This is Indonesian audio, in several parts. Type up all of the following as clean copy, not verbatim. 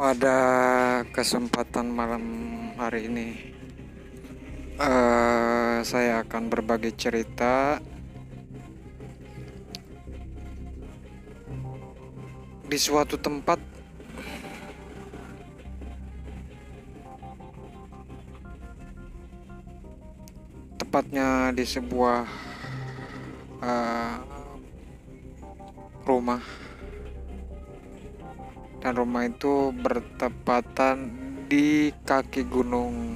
Pada kesempatan malam hari ini, saya akan berbagi cerita di suatu tempat. Tepatnya di sebuah rumah, dan rumah itu bertepatan di kaki gunung.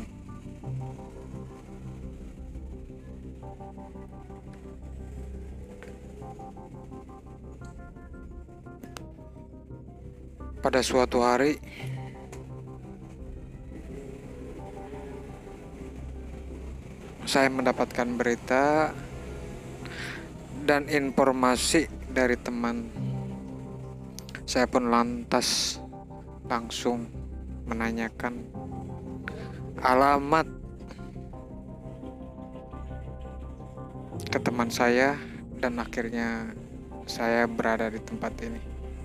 Pada suatu hari, saya mendapatkan berita dan informasi dari teman. Saya pun lantas langsung menanyakan alamat ke teman saya, dan akhirnya saya berada di tempat ini.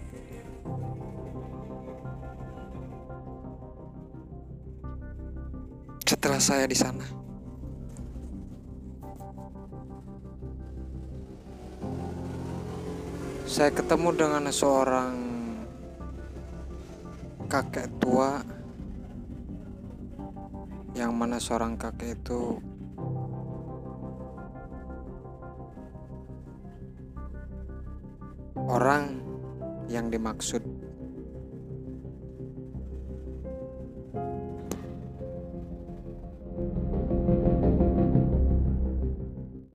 Setelah saya di sana, saya ketemu dengan seorang kakek tua, yang mana seorang kakek itu orang yang dimaksud